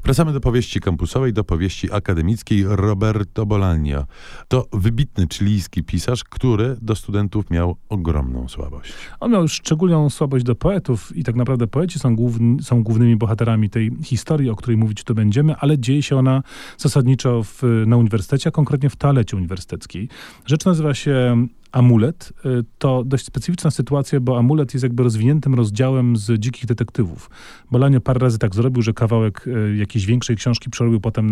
Wracamy do powieści kampusowej, do powieści akademickiej. Roberto Bolaño to wybitny chilijski pisarz, który do studentów miał ogromną słabość. On miał szczególną słabość do poetów i tak naprawdę poeci są głównymi bohaterami tej historii, o której mówić tu będziemy, ale dzieje się ona zasadniczo na uniwersytecie, a konkretnie w toalecie uniwersyteckiej. Rzecz nazywa się Amulet. To dość specyficzna sytuacja, bo Amulet jest jakby rozwiniętym rozdziałem z Dzikich Detektywów. Bolaño parę razy tak zrobił, że kawałek jakiejś większej książki przerobił potem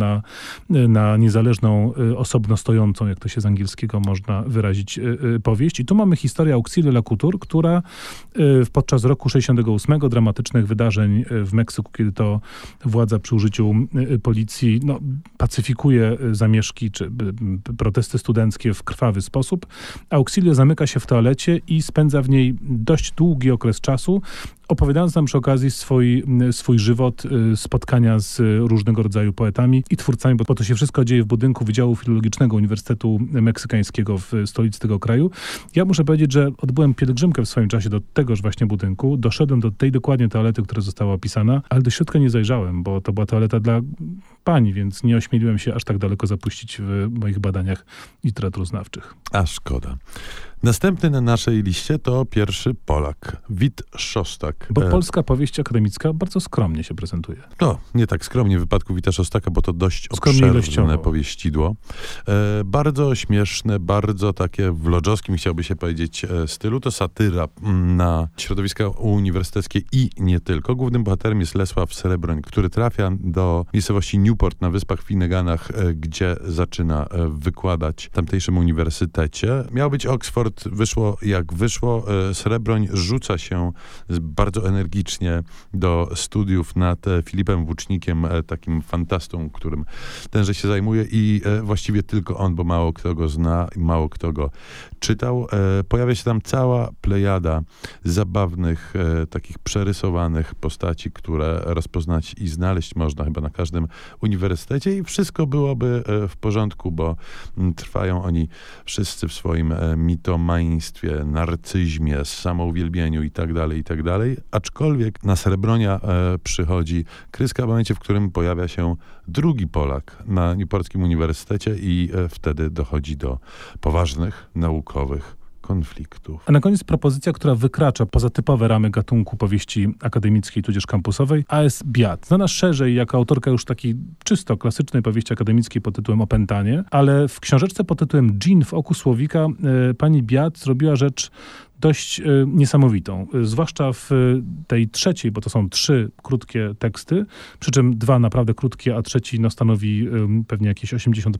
na niezależną, osobno stojącą, jak to się z angielskiego można wyrazić, powieść. I tu mamy historię Auxilio La Couture, która podczas roku 68, dramatycznych wydarzeń w Meksyku, kiedy to władza przy użyciu policji pacyfikuje zamieszki czy protesty studenckie w krwawy sposób. Auxilio zamyka się w toalecie i spędza w niej dość długi okres czasu, opowiadając nam przy okazji swój żywot, spotkania z różnego rodzaju poetami i twórcami, bo to się wszystko dzieje w budynku Wydziału Filologicznego Uniwersytetu Meksykańskiego w stolicy tego kraju. Ja muszę powiedzieć, że odbyłem pielgrzymkę w swoim czasie do tegoż właśnie budynku. Doszedłem do tej dokładnie toalety, która została opisana, ale do środka nie zajrzałem, bo to była toaleta dla pań, więc nie ośmieliłem się aż tak daleko zapuścić w moich badaniach literaturoznawczych. A szkoda. Następny na naszej liście to pierwszy Polak, Wit Szostak. Bo polska powieść akademicka bardzo skromnie się prezentuje. No, nie tak skromnie w wypadku Wita Szostaka, bo to dość obszerne powieścidło. Bardzo śmieszne, bardzo takie w lodzowskim, chciałby się powiedzieć, stylu. To satyra na środowiska uniwersyteckie i nie tylko. Głównym bohaterem jest Lesław Serebroń, który trafia do miejscowości Newport na Wyspach Finneganach, gdzie zaczyna wykładać w tamtejszym uniwersytecie. Miał być Oxford, wyszło jak wyszło. Serebroń rzuca się bardzo energicznie do studiów nad Filipem Włócznikiem, takim fantastą, którym tenże się zajmuje i właściwie tylko on, bo mało kto go zna i mało kto go czytał. Pojawia się tam cała plejada zabawnych, takich przerysowanych postaci, które rozpoznać i znaleźć można chyba na każdym uniwersytecie i wszystko byłoby w porządku, bo trwają oni wszyscy w swoim mitomaństwie, narcyzmie, samouwielbieniu i tak dalej, aczkolwiek na Serebronia przychodzi kryska w momencie, w którym pojawia się drugi Polak na Newportskim Uniwersytecie i wtedy dochodzi do poważnych, naukowych konfliktów. A na koniec propozycja, która wykracza poza typowe ramy gatunku powieści akademickiej, tudzież kampusowej. A.S. Biat, znana szerzej jako autorka już takiej czysto klasycznej powieści akademickiej pod tytułem Opętanie, ale w książeczce pod tytułem Dżin w oku słowika pani Biat zrobiła rzecz dość niesamowitą. Zwłaszcza w tej trzeciej, bo to są 3 krótkie teksty, przy czym 2 naprawdę krótkie, a trzeci stanowi pewnie jakieś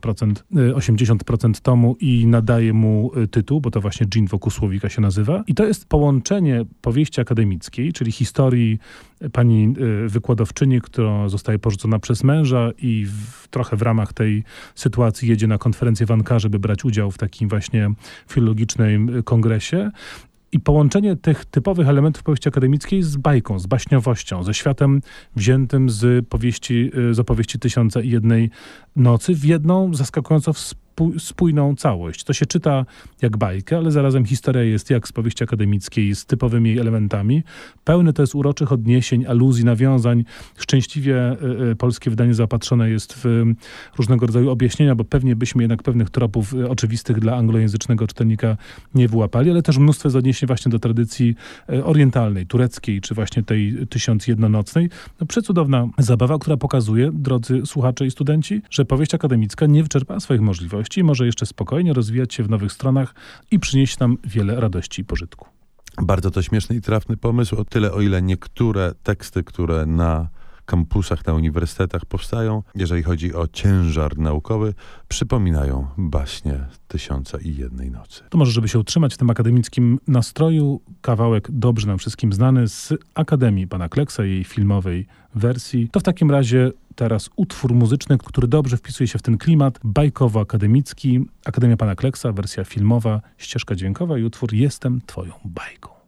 80% tomu i nadaje mu tytuł, bo to właśnie Dżin wokół słowika się nazywa. I to jest połączenie powieści akademickiej, czyli historii pani wykładowczyni, która zostaje porzucona przez męża i trochę w ramach tej sytuacji jedzie na konferencję w Ankarze, by brać udział w takim właśnie filologicznym kongresie. I połączenie tych typowych elementów powieści akademickiej z bajką, z baśniowością, ze światem wziętym z opowieści 1001 nocy w jedną zaskakująco spójną całość. To się czyta jak bajkę, ale zarazem historia jest jak z powieści akademickiej, z typowymi elementami. Pełne to jest uroczych odniesień, aluzji, nawiązań. Szczęśliwie polskie wydanie zaopatrzone jest w różnego rodzaju objaśnienia, bo pewnie byśmy jednak pewnych tropów oczywistych dla anglojęzycznego czytelnika nie wyłapali, ale też mnóstwo jest odniesień właśnie do tradycji orientalnej, tureckiej, czy właśnie tej 1001-nocnej. Przecudowna zabawa, która pokazuje, drodzy słuchacze i studenci, że powieść akademicka nie wyczerpała swoich możliwości, może jeszcze spokojnie rozwijać się w nowych stronach i przynieść nam wiele radości i pożytku. Bardzo to śmieszny i trafny pomysł, o tyle o ile niektóre teksty, które na kampusach, na uniwersytetach powstają, jeżeli chodzi o ciężar naukowy, przypominają baśnie 1001 nocy. To może, żeby się utrzymać w tym akademickim nastroju, kawałek dobrze nam wszystkim znany z Akademii pana Kleksa, jej filmowej wersji. To w takim razie teraz utwór muzyczny, który dobrze wpisuje się w ten klimat bajkowo-akademicki. Akademia pana Kleksa, wersja filmowa, ścieżka dźwiękowa i utwór Jestem twoją bajką.